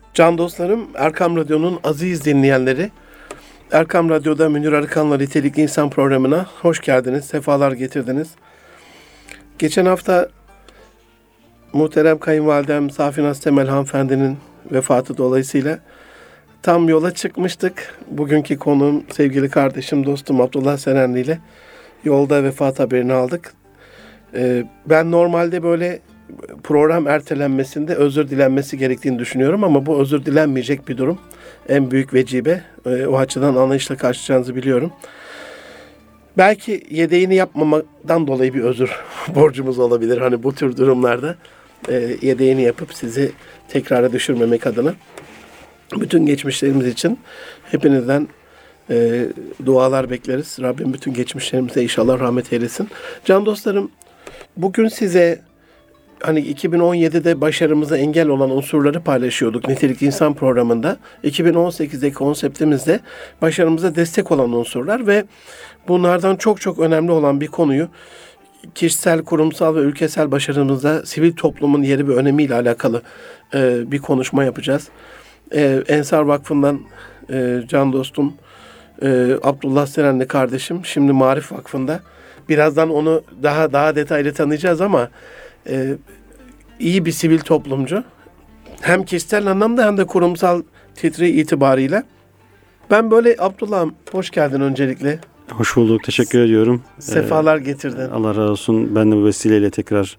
Can dostlarım, Erkam Radyo'nun aziz dinleyenleri, Erkam Radyo'da Münir Arıkan'la Nitelikli İnsan programına hoş geldiniz, sefalar getirdiniz. Geçen hafta muhterem kayınvalidem Safinaz Temel hanımefendinin vefatı dolayısıyla tam yola çıkmıştık. Bugünkü konuğum sevgili kardeşim, dostum Abdullah Serenli ile yolda vefat haberini aldık. Ben normalde böyle program ertelenmesinde özür dilenmesi gerektiğini düşünüyorum ama bu özür dilenmeyecek bir durum. En büyük vecibe. O açıdan anlayışla karşılayacağınızı biliyorum. Belki yedeğini yapmamadan dolayı bir özür borcumuz olabilir. Hani bu tür durumlarda yedeğini yapıp sizi tekrara düşürmemek adına. Bütün geçmişlerimiz için hepinizden dualar bekleriz. Rabbim bütün geçmişlerimize inşallah rahmet eylesin. Can dostlarım, bugün size hani 2017'de başarımıza engel olan unsurları paylaşıyorduk Nitelikli İnsan programında. 2018'deki konseptimizde başarımıza destek olan unsurlar ve bunlardan çok çok önemli olan bir konuyu kişisel, kurumsal ve ülkesel başarımızda sivil toplumun yeri ve önemiyle alakalı bir konuşma yapacağız. Ensar Vakfı'ndan can dostum Abdullah Serenli kardeşim şimdi Marif Vakfı'nda. Birazdan onu daha detaylı tanıyacağız ama iyi bir sivil toplumcu. Hem kişisel anlamda hem de kurumsal titri itibarıyla. Ben böyle Abdullah'ım, hoş geldin öncelikle. Hoş bulduk, teşekkür ediyorum. Sefalar getirdin. Allah razı olsun. Ben de bu vesileyle tekrar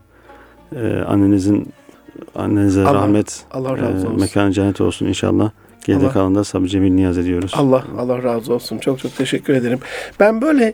annenize rahmet, Allah razı olsun. mekanı cennet olsun inşallah. Geride kalan da sabır cemil niyaz ediyoruz. Allah razı olsun. Çok çok teşekkür ederim. Ben böyle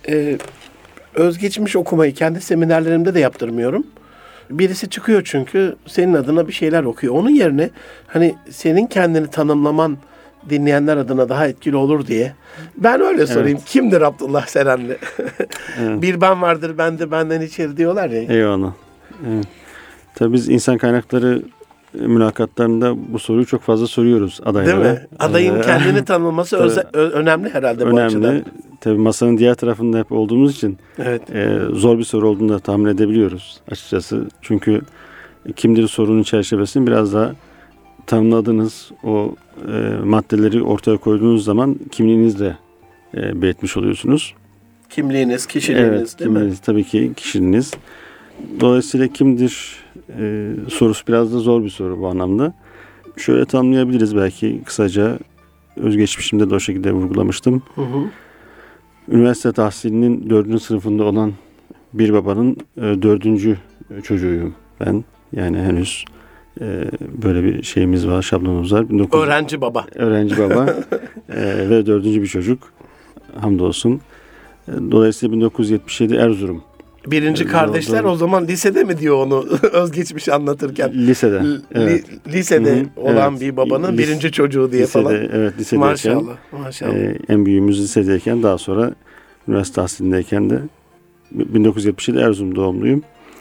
özgeçmiş okumayı kendi seminerlerimde de yaptırmıyorum. Birisi çıkıyor çünkü senin adına bir şeyler okuyor. Onun yerine hani senin kendini tanımlaman dinleyenler adına daha etkili olur diye. Ben öyle sorayım. Evet. Kimdir Abdullah Serenli? Evet. Bir ben vardır, ben de benden içeri diyorlar ya. Eyvallah. Evet. Tabii biz insan kaynakları mülakatlarında bu soruyu çok fazla soruyoruz adaylara. Değil mi? Adayın kendini tanımlaması önemli herhalde bu açıdan. Önemli. Tabii masanın diğer tarafında hep olduğumuz için evet. Zor bir soru olduğunu da tahmin edebiliyoruz açıkçası. Çünkü kimdir sorunun çerçevesini biraz daha tanımladığınız o maddeleri ortaya koyduğunuz zaman kimliğinizle belirtmiş oluyorsunuz. Kimliğiniz, kişiliğiniz evet, değil mi? Tabii ki kişiliğiniz. Dolayısıyla kimdir sorusu biraz da zor bir soru bu anlamda. Şöyle tanımlayabiliriz belki kısaca. Özgeçmişimde de o şekilde vurgulamıştım. Hı hı. Üniversite tahsilinin 4. sınıfında olan bir babanın 4. çocuğuyum ben. Yani henüz böyle bir şeyimiz var, şablonumuz var. Öğrenci baba. Öğrenci baba ve 4. bir çocuk. Hamdolsun. Dolayısıyla 1977 Erzurum. Birinci kardeşler o zaman lisede mi diyor onu özgeçmiş anlatırken? Lisede. Evet. Lisede olan bir babanın birinci çocuğu diye lisede, falan. Evet, lisedeyken. Maşallah. En büyüğümüz lisedeyken, daha sonra üniversite tahsilindeyken de 1977 Erzurum doğumluyum.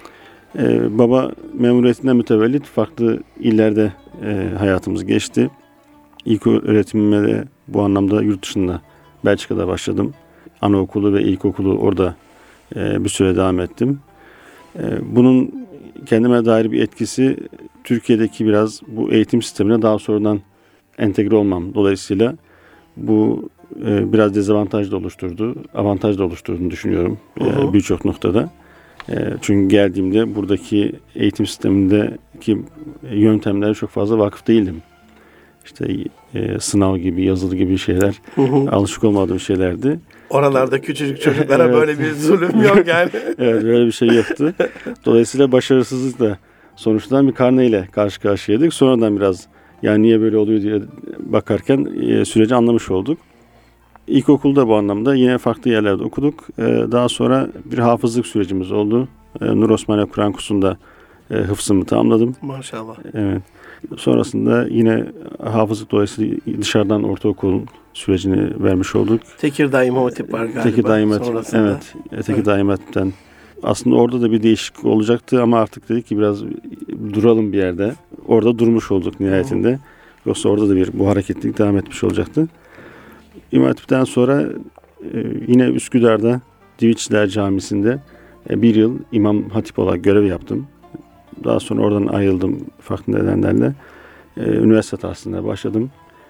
Baba memuriyetinden mütevellit farklı illerde hayatımız geçti. İlk öğretimime de bu anlamda yurt dışında Belçika'da başladım. Anaokulu ve ilkokulu orada bir süre devam ettim. Bunun kendime dair bir etkisi Türkiye'deki biraz bu eğitim sistemine daha sonradan entegre olmam. Dolayısıyla bu biraz dezavantaj da oluşturdu, avantaj da oluşturduğunu düşünüyorum birçok noktada. Çünkü geldiğimde buradaki eğitim sistemindeki yöntemlere çok fazla vakıf değildim. İşte sınav gibi, yazılı gibi şeyler alışık olmadığım şeylerdi. Oralarda küçücük çocuklara evet. Böyle bir zulüm yok yani. Evet, böyle bir şey yoktu. Dolayısıyla başarısızlıkla sonuçlanan bir karneyle karşı karşıyaydık. Sonradan biraz yani niye böyle oluyor diye bakarken süreci anlamış olduk. İlkokulda bu anlamda yine farklı yerlerde okuduk. Daha sonra bir hafızlık sürecimiz oldu. Nur Osmaniye Kur'an kursunda hıfzımı tamamladım. Maşallah. Evet. Sonrasında yine hafızlık dolayısıyla dışarıdan ortaokul sürecini vermiş olduk. Tekirdağ İmam Hatip var galiba. Tekirdağ İmam Hatip, evet. Tekirdağ İmam Hatip'ten. Aslında orada da bir değişiklik olacaktı ama artık dedik ki biraz duralım bir yerde. Orada durmuş olduk nihayetinde. Yoksa orada da bu hareketlilik devam etmiş olacaktı. İmam Hatip'ten sonra yine Üsküdar'da Divitçiler Camisi'nde bir yıl imam hatip olarak görev yaptım. Daha sonra oradan ayrıldım farklı nedenlerle. üniversite tahsiline başladım.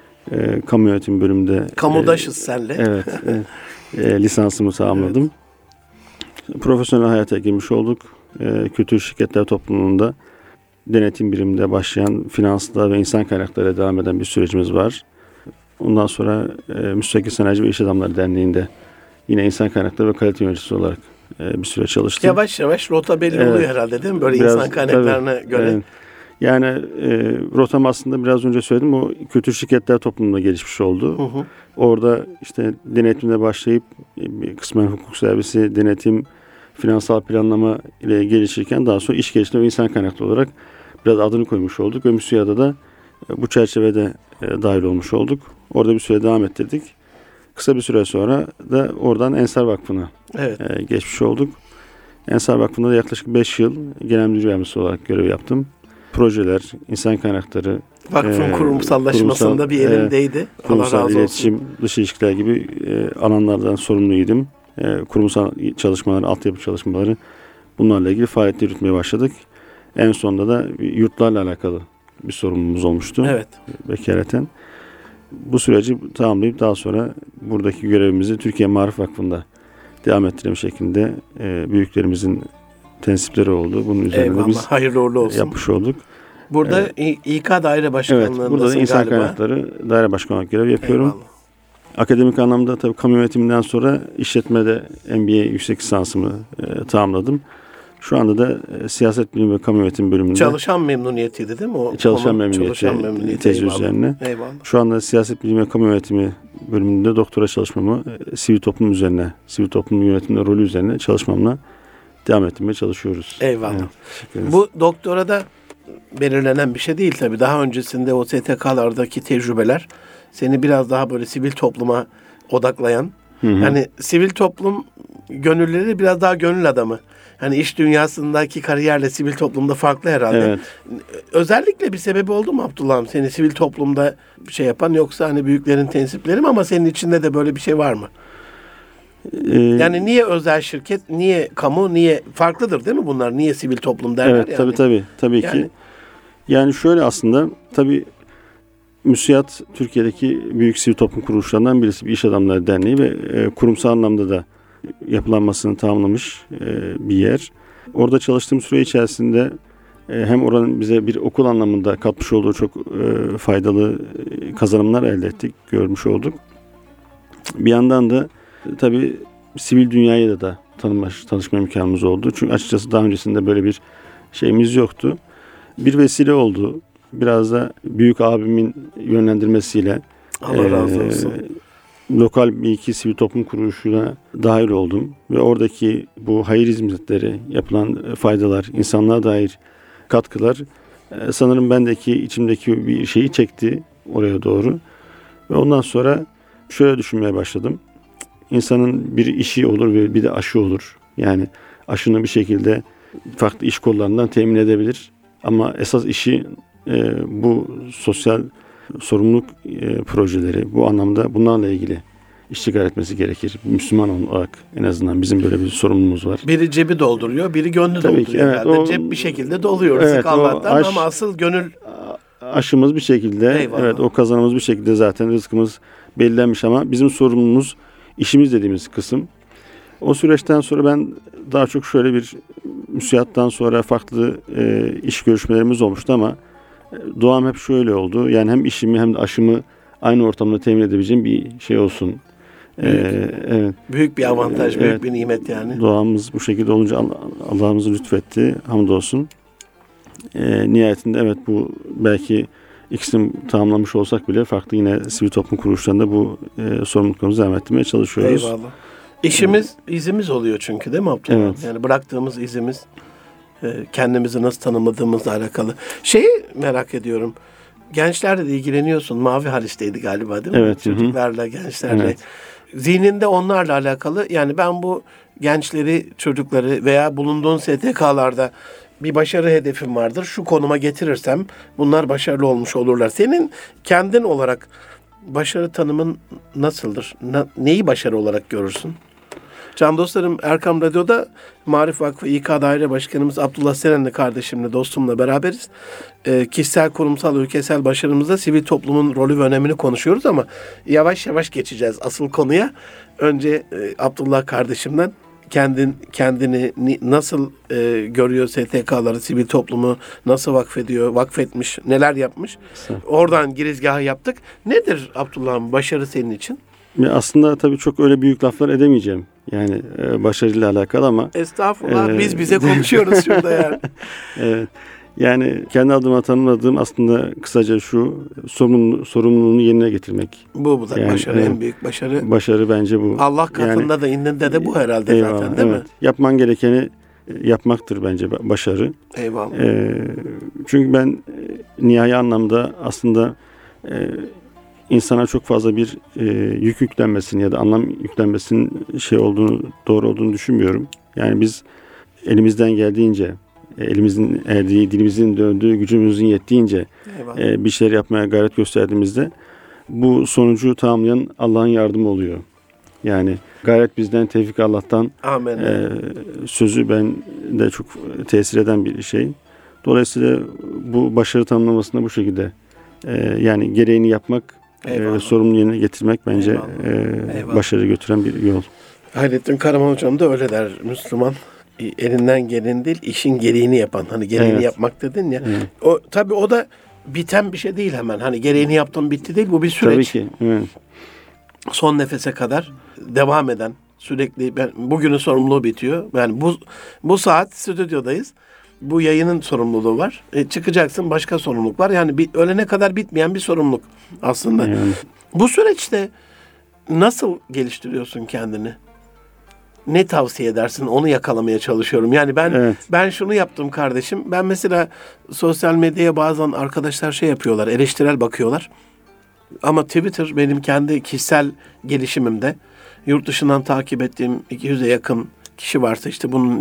Kamu yönetim bölümünde. Kamudaşız senle. Evet. Lisansımı tamamladım. Profesyonel hayata girmiş olduk. Kültür Şirketler Topluluğu'nda denetim biriminde başlayan finansla ve insan kaynakları devam eden bir sürecimiz var. Ondan sonra Müstakil Sanayici ve İş Adamları Derneği'nde yine insan kaynakları ve kalite yöneticisi olarak bir süre çalıştım. Yavaş yavaş rota belli oluyor herhalde, değil mi? Böyle Biraz, insan kaynaklarına göre. Evet. Yani rotam aslında biraz önce söyledim, o kültür şirketler toplumunda gelişmiş oldu. Hı hı. Orada işte denetimle başlayıp kısmen hukuk servisi, denetim, finansal planlama ile gelişirken daha sonra iş geliştirme ve insan kaynaklı olarak biraz adını koymuş olduk. Ve MÜSİAD'a da bu çerçevede dahil olmuş olduk. Orada bir süre devam ettirdik. Kısa bir süre sonra da oradan Ensar Vakfı'na geçmiş olduk. Ensar Vakfı'nda da yaklaşık 5 yıl genel müdür yardımcısı olarak görev yaptım. Projeler, insan kaynakları, Vakfın kurumsallaşmasında bir elimdeydi. Allah razı olsun. İletişim, dış ilişkiler gibi alanlardan sorumluydum. Kurumsal çalışmalar, altyapı çalışmaları, bunlarla ilgili faaliyetler yürütmeye başladık. En sonunda da yurtlarla alakalı bir sorumluluğumuz olmuştu. Evet. Vekaleten. Bu süreci tamamlayıp daha sonra buradaki görevimizi Türkiye Marif Vakfı'nda devam ettirme şeklinde büyüklerimizin tensipleri oldu. Bunun üzerine de biz hayırlı uğurlu olsun. Yapmış olduk. Burada İK Daire Başkanlığı'ndasın evet, burada da insan galiba. kaynakları daire başkanı olarak görev yapıyorum. Eyvallah. Akademik anlamda tabii kamu yönetiminden sonra işletmede MBA yüksek lisansımı tamamladım. Şu anda da siyaset bilimi ve kamu yönetimi bölümünde. Çalışan memnuniyetiydi değil mi? O çalışan memnuniyeti tezi üzerine. Eyvallah. Şu anda siyaset bilimi ve kamu yönetimi bölümünde doktora çalışmamı sivil toplum üzerine, sivil toplum yönetiminde rolü üzerine çalışmamla devam ettirmeye çalışıyoruz. Eyvallah. Evet, bu doktorada belirlenen bir şey değil tabii. Daha öncesinde o STK'lardaki tecrübeler seni biraz daha böyle sivil topluma odaklayan. Yani sivil toplum gönülleri biraz daha gönül adamı. Hani iş dünyasındaki kariyerle sivil toplumda farklı herhalde. Evet. Özellikle bir sebebi oldu mu Abdullah'ım seni sivil toplumda şey yapan, yoksa hani büyüklerin tensipleri mi, ama senin içinde de böyle bir şey var mı? Yani niye özel şirket, niye kamu, niye farklıdır değil mi bunlar? Niye sivil toplum derler evet, yani? Tabii ki. Yani şöyle aslında tabii MÜSİAD Türkiye'deki büyük sivil toplum kuruluşlarından birisi, bir iş adamları derneği ve kurumsal anlamda da yapılanmasını tamamlamış bir yer. Orada çalıştığım süre içerisinde hem oranın bize bir okul anlamında katmış olduğu çok faydalı kazanımlar elde ettik, görmüş olduk. Bir yandan da tabii sivil dünyayı da tanışma imkanımız oldu. Çünkü açıkçası daha öncesinde böyle bir şeyimiz yoktu. Bir vesile oldu. Biraz da büyük abimin yönlendirmesiyle Allah razı olsun. Lokal bir iki sivil toplum kuruluşuna dahil oldum. Ve oradaki bu hayır hizmetleri, yapılan faydalar, insanlığa dair katkılar sanırım bendeki, içimdeki bir şeyi çekti oraya doğru. Ve ondan sonra şöyle düşünmeye başladım. İnsanın bir işi olur ve bir de aşı olur. Yani aşını bir şekilde farklı iş kollarından temin edebilir. Ama esas işi bu sosyal sorumluluk projeleri, bu anlamda bunlarla ilgili iştigal etmesi gerekir. Müslüman olarak en azından bizim böyle bir sorumluluğumuz var. Biri cebi dolduruyor, biri gönlü Tabii dolduruyor ki, evet, herhalde. Cep bir şekilde doluyor rızık Allah'tan, ama asıl gönül... Aşımız bir şekilde, Eyvallah. evet, o kazanımız bir şekilde, zaten rızkımız belirlenmiş, ama bizim sorumluluğumuz işimiz dediğimiz kısım. O süreçten sonra ben daha çok şöyle bir MÜSİAD'dan sonra farklı iş görüşmelerimiz olmuştu, ama doğam hep şöyle oldu. Yani hem işimi hem de aşımı aynı ortamda temin edebileceğim bir şey olsun. Evet. Büyük bir avantaj, büyük evet, bir nimet yani. Doğamız bu şekilde olunca Allah'ımız lütfetti. Hamdolsun. Nihayetinde evet, bu belki ikisini tamamlamış olsak bile farklı yine sivil toplum kuruluşlarında bu sorumluluklarımızı devam ettirmeye çalışıyoruz. Eyvallah. İşimiz, izimiz oluyor çünkü, değil mi Abdullah? Evet. Yani bıraktığımız izimiz, kendimizi nasıl tanımladığımızla alakalı. Şeyi merak ediyorum. Gençlerle de ilgileniyorsun. Mavi Halis'teydi galiba, değil mi? Evet. Çocuklarla, gençlerle. Evet. Zihninde onlarla alakalı. Yani ben bu gençleri, çocukları veya bulunduğun STK'larda bir başarı hedefim vardır. Şu konuma getirirsem bunlar başarılı olmuş olurlar. Senin kendin olarak başarı tanımın nasıldır? Neyi başarı olarak görürsün? Can dostlarım, Erkam Radyo'da Maarif Vakfı İK Daire Başkanımız Abdullah Seren'le kardeşimle, dostumla beraberiz. Kişisel, kurumsal, ülkesel başarımızda sivil toplumun rolü ve önemini konuşuyoruz ama yavaş yavaş geçeceğiz asıl konuya. Önce Abdullah kardeşimden kendini nasıl görüyor, STK'ları, sivil toplumu nasıl vakfediyor, vakfetmiş, neler yapmış. Oradan girizgahı yaptık. Nedir Abdullah'ın başarı senin için? Aslında tabii çok öyle büyük laflar edemeyeceğim. Yani başarıyla alakalı ama. Estağfurullah, biz bize konuşuyoruz şurada yani. Evet. Yani kendi adıma tanımladığım aslında kısaca şu: sorumluluğunu yerine getirmek. Bu da yani, başarı, en büyük başarı. Başarı bence bu. Allah katında da indinde de bu herhalde zaten, değil mi? Yapman gerekeni yapmaktır bence başarı. Eyvallah. Çünkü ben nihai anlamda aslında insana çok fazla bir yük yüklenmesini ya da anlam yüklenmesinin doğru olduğunu düşünmüyorum. Yani biz elimizden geldiğince, elimizin erdiği, dilimizin döndüğü, gücümüzün yettiğince bir şeyler yapmaya gayret gösterdiğimizde bu sonucu tamamlayan Allah'ın yardımı oluyor. Yani gayret bizden, tevfik Allah'tan. Amin. Sözü ben de çok tesir eden bir şey. Dolayısıyla bu başarı tanımlamasında bu şekilde yani gereğini yapmak, sorumluluğunu yerine getirmek bence başarı götüren bir yol. Hayrettin Karaman hocam da öyle der. Müslüman elinden gelen değil, işin gereğini yapan. Hani gereğini yapmak dedin ya. Evet. O tabii o da biten bir şey değil hemen. Hani gereğini yaptım bitti değil. Bu bir süreç. Tabii ki. Evet. Son nefese kadar devam eden, sürekli bugünün sorumluluğu bitiyor. Yani bu saat stüdyodayız. Bu yayının sorumluluğu var. Çıkacaksın, başka sorumluluk var. Yani ölene kadar bitmeyen bir sorumluluk aslında. Yani. Bu süreçte nasıl geliştiriyorsun kendini? Ne tavsiye edersin? Onu yakalamaya çalışıyorum. Yani ben şunu yaptım kardeşim. Ben mesela sosyal medyaya bazen arkadaşlar yapıyorlar, eleştirel bakıyorlar. Ama Twitter benim kendi kişisel gelişimimde, yurt dışından takip ettiğim 200'e yakın kişi varsa işte bunun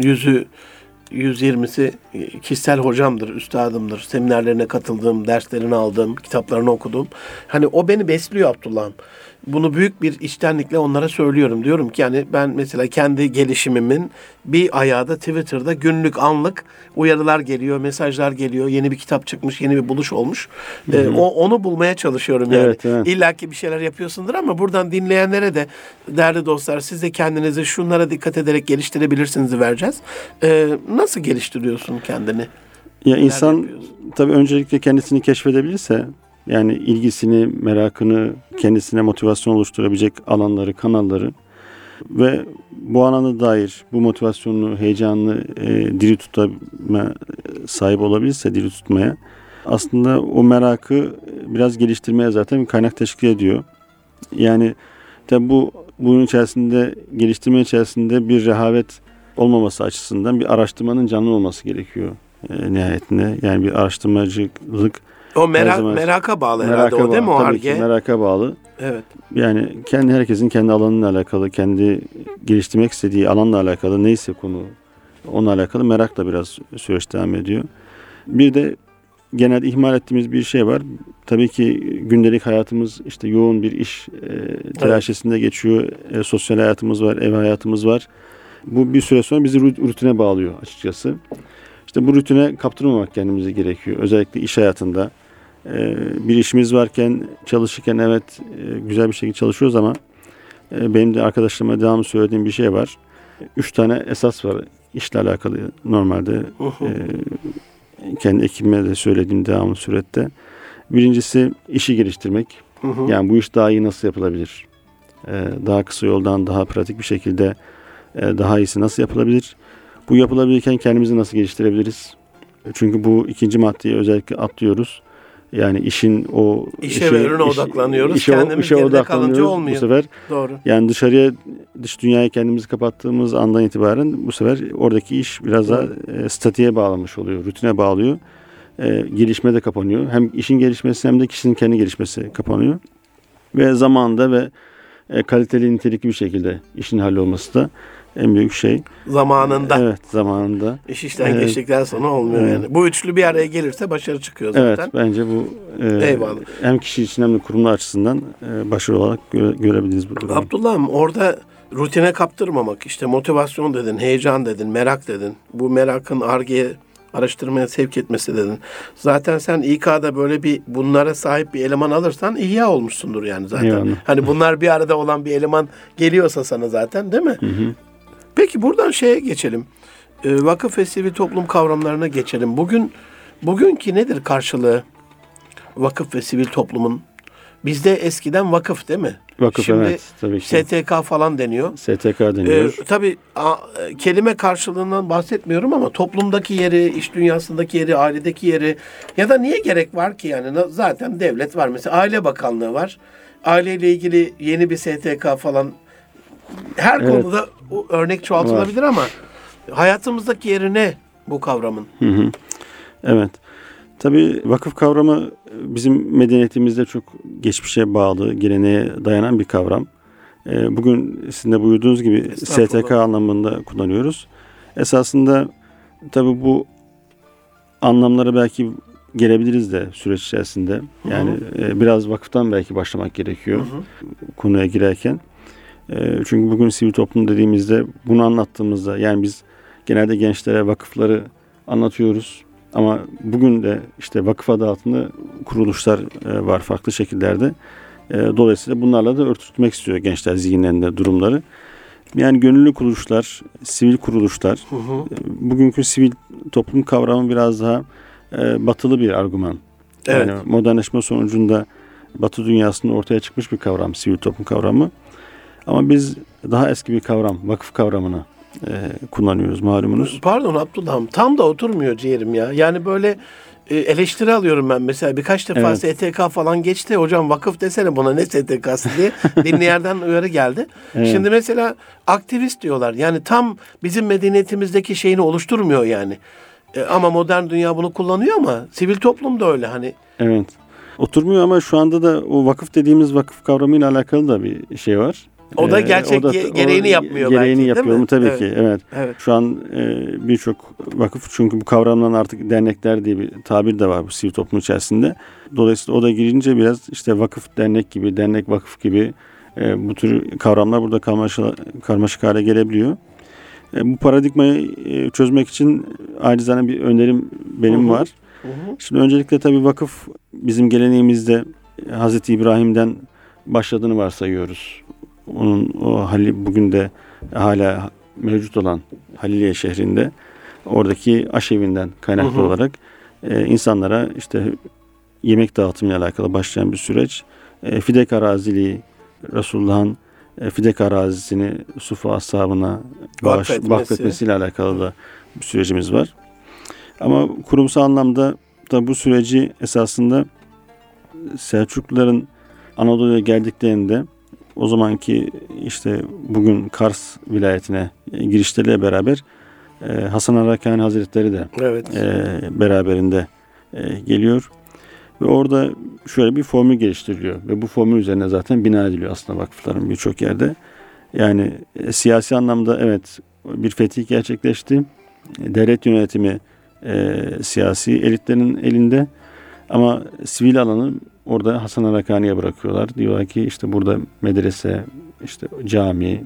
120'si kişisel hocamdır, üstadımdır. Seminerlerine katıldığım, derslerini aldığım, kitaplarını okuduğum. Hani o beni besliyor Abdullah'ım. Bunu büyük bir içtenlikle onlara söylüyorum. Diyorum ki yani ben mesela kendi gelişimimin bir ayağı da Twitter'da günlük, anlık uyarılar geliyor, mesajlar geliyor. Yeni bir kitap çıkmış, yeni bir buluş olmuş. Onu bulmaya çalışıyorum yani. Evet. İlla ki bir şeyler yapıyorsundur ama buradan dinleyenlere de değerli dostlar, siz de kendinizi şunlara dikkat ederek geliştirebilirsiniz vereceğiz. Nasıl geliştiriyorsun kendini? Ya insan tabii öncelikle kendisini keşfedebilirse, yani ilgisini, merakını, kendisine motivasyon oluşturabilecek alanları, kanalları ve bu alana dair bu motivasyonunu, heyecanını diri tutma sahip olabilirse, diri tutmaya aslında o merakı biraz geliştirmeye zaten bir kaynak teşkil ediyor. Yani tabii bunun içerisinde, geliştirme içerisinde bir rehavet olmaması açısından bir araştırmanın canlı olması gerekiyor nihayetinde. Yani bir araştırmacılık. O meraka bağlı herhalde, o değil mi? O tabii ki meraka bağlı. Evet. Yani herkesin kendi alanıyla alakalı, kendi geliştirmek istediği alanla alakalı, neyse konu, onunla alakalı merakla biraz süreç devam ediyor. Bir de genelde ihmal ettiğimiz bir şey var. Tabii ki gündelik hayatımız işte yoğun bir iş telaşesinde geçiyor. Sosyal hayatımız var, ev hayatımız var. Bu bir süre sonra bizi rutine bağlıyor açıkçası. İşte bu rutine kaptırmamak kendimize gerekiyor. Özellikle iş hayatında. Bir işimiz varken, çalışırken güzel bir şekilde çalışıyoruz ama benim de arkadaşlarıma devamlı söylediğim bir şey var. 3 tane esas var işle alakalı normalde. Kendi ekibime de söylediğim devamlı surette. Birincisi işi geliştirmek. Yani bu iş daha iyi nasıl yapılabilir? Daha kısa yoldan, daha pratik bir şekilde daha iyisi nasıl yapılabilir? Bu yapılabilirken kendimizi nasıl geliştirebiliriz? Çünkü bu ikinci maddeyi özellikle atlıyoruz. Yani işin o... İşe ve ürüne odaklanıyoruz. Kendimiz geride kalınca olmuyor. Bu sefer, doğru. Yani dış dünyaya kendimizi kapattığımız andan itibaren bu sefer oradaki iş biraz daha statiğe bağlamış oluyor. Rutine bağlıyor. Gelişme de kapanıyor. Hem işin gelişmesi hem de kişinin kendi gelişmesi kapanıyor. Ve zamanında ve kaliteli, nitelikli bir şekilde işin hallolması da en büyük şey. Zamanında. Evet, zamanında. İş işten geçtikten sonra olmuyor yani. Bu üçlü bir araya gelirse başarı çıkıyor zaten. Evet, bence bu Eyvallah. hem kişi için hem de kurumlar açısından başarı olarak görebiliriz bu durumu. Abdullah'ım, orada rutine kaptırmamak, işte motivasyon dedin, heyecan dedin, merak dedin. Bu merakın Ar-Ge'ye, araştırmaya sevk etmesi dedin. Zaten sen İK'da böyle bir bunlara sahip bir eleman alırsan ihya olmuşsundur yani zaten. Eyvallah. Hani bunlar bir arada olan bir eleman geliyorsa sana zaten, değil mi? Hı hı. Peki buradan şeye geçelim. Vakıf ve sivil toplum kavramlarına geçelim. Bugünkü nedir karşılığı vakıf ve sivil toplumun? Bizde eskiden vakıf, değil mi? Vakıf, Şimdi evet, tabii ki. STK falan deniyor. STK deniyor. Tabii kelime karşılığından bahsetmiyorum ama toplumdaki yeri, iş dünyasındaki yeri, ailedeki yeri ya da niye gerek var ki yani? Zaten devlet var. Mesela Aile Bakanlığı var. Aileyle ilgili yeni bir STK falan. Her Evet. konuda o örnek çoğaltılabilir ama hayatımızdaki yeri ne bu kavramın? Hı hı. Evet. Tabii vakıf kavramı bizim medeniyetimizde çok geçmişe bağlı, geleneğe dayanan bir kavram. Bugün sizin de buyurduğunuz gibi Estağfurullah. STK anlamında kullanıyoruz. Esasında tabii bu anlamlara belki gelebiliriz de süreç içerisinde. Yani biraz vakıftan belki başlamak gerekiyor konuya girerken. Çünkü bugün sivil toplum dediğimizde, bunu anlattığımızda, yani biz genelde gençlere vakıfları anlatıyoruz. Ama bugün de işte vakıf adı altında kuruluşlar var farklı şekillerde. Dolayısıyla bunlarla da örtüştürmek istiyor gençler zihinlerinde durumları. Yani gönüllü kuruluşlar, sivil kuruluşlar. Bugünkü sivil toplum kavramı biraz daha batılı bir argüman. Evet. Yani modernleşme sonucunda Batı dünyasında ortaya çıkmış bir kavram, sivil toplum kavramı. Ama biz daha eski bir kavram, vakıf kavramını kullanıyoruz malumunuz. Pardon Abdullah'ım, tam da oturmuyor ciğerim ya. Yani böyle eleştiri alıyorum ben mesela. Birkaç defa Evet. STK falan geçti. Hocam vakıf desene buna, ne STK'sı diye dinleyerden uyarı geldi. Evet. Şimdi mesela aktivist diyorlar. Yani tam bizim medeniyetimizdeki şeyini oluşturmuyor yani. Ama modern dünya bunu kullanıyor ama sivil toplum da öyle hani. Evet. Oturmuyor ama şu anda da o vakıf dediğimiz vakıf kavramıyla alakalı da bir şey var. O da gerçek gereğini yapmıyor gereğini belki, yapıyor değil mi? mu? Tabii Evet. ki. Evet. Evet. Şu an birçok vakıf, çünkü bu kavramdan artık dernekler diye bir tabir de var bu sivil toplum içerisinde. Dolayısıyla o da girince biraz işte vakıf dernek gibi, dernek vakıf gibi bu tür kavramlar burada karmaşık hale gelebiliyor. Bu paradigmayı çözmek için acizane bir önerim benim var. Şimdi öncelikle tabii vakıf bizim geleneğimizde Hazreti İbrahim'den başladığını varsayıyoruz. Onun o bugün de hala mevcut olan Haliliye şehrinde, oradaki aşevinden kaynaklı olarak insanlara işte yemek dağıtımıyla alakalı başlayan bir süreç. Fidek araziliği, Resulullah'ın Fidek arazisini Sufa ashabına vakfetmesiyle alakalı da bir sürecimiz var. Ama kurumsal anlamda da bu süreci esasında Selçukluların Anadolu'ya geldiklerinde, o zamanki işte bugün Kars vilayetine girişleriyle beraber Hasan Arakani Hazretleri de beraberinde geliyor. Ve orada şöyle bir formül geliştiriliyor. Ve bu formül üzerine zaten bina ediliyor aslında vakıfların birçok yerde. Yani siyasi anlamda evet bir fetih gerçekleşti. Devlet yönetimi siyasi elitlerin elinde. Ama sivil alanı orada Hasan Arakani'ye bırakıyorlar. Diyorlar ki işte burada medrese, işte cami,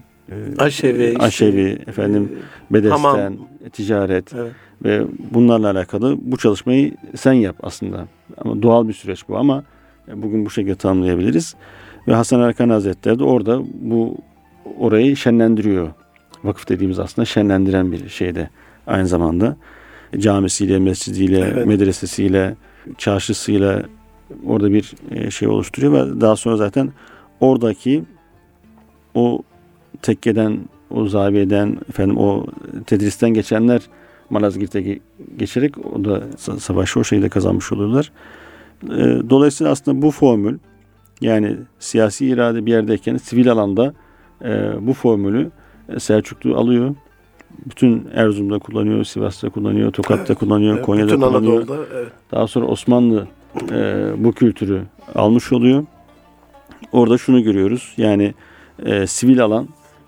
aşevi, bedesten, hamam, ticaret ve bunlarla alakalı bu çalışmayı sen yap aslında. Ama doğal bir süreç bu, ama bugün bu şekilde tanımlayabiliriz. Ve Hasan Arakani Hazretleri de orada orayı şenlendiriyor. Vakıf dediğimiz aslında şenlendiren bir şeyde aynı zamanda. Camisiyle, mescidiyle, medresesiyle, çarşısıyla orada bir şey oluşturuyor ve daha sonra zaten oradaki o tekkeden, o zaviyeden, o tedristen geçenler Malazgirt'e geçerek o da savaşı o şekilde kazanmış oluyorlar. Dolayısıyla aslında bu formül, yani siyasi irade bir yerdeyken sivil alanda bu formülü Selçuklu alıyor. Bütün Erzurum'da kullanıyor, Sivas'ta kullanıyor, Tokat'ta kullanıyor, Konya'da bütün kullanıyor. Anadolu'da, Daha sonra Osmanlı bu kültürü almış oluyor. Orada şunu görüyoruz. Yani sivil alan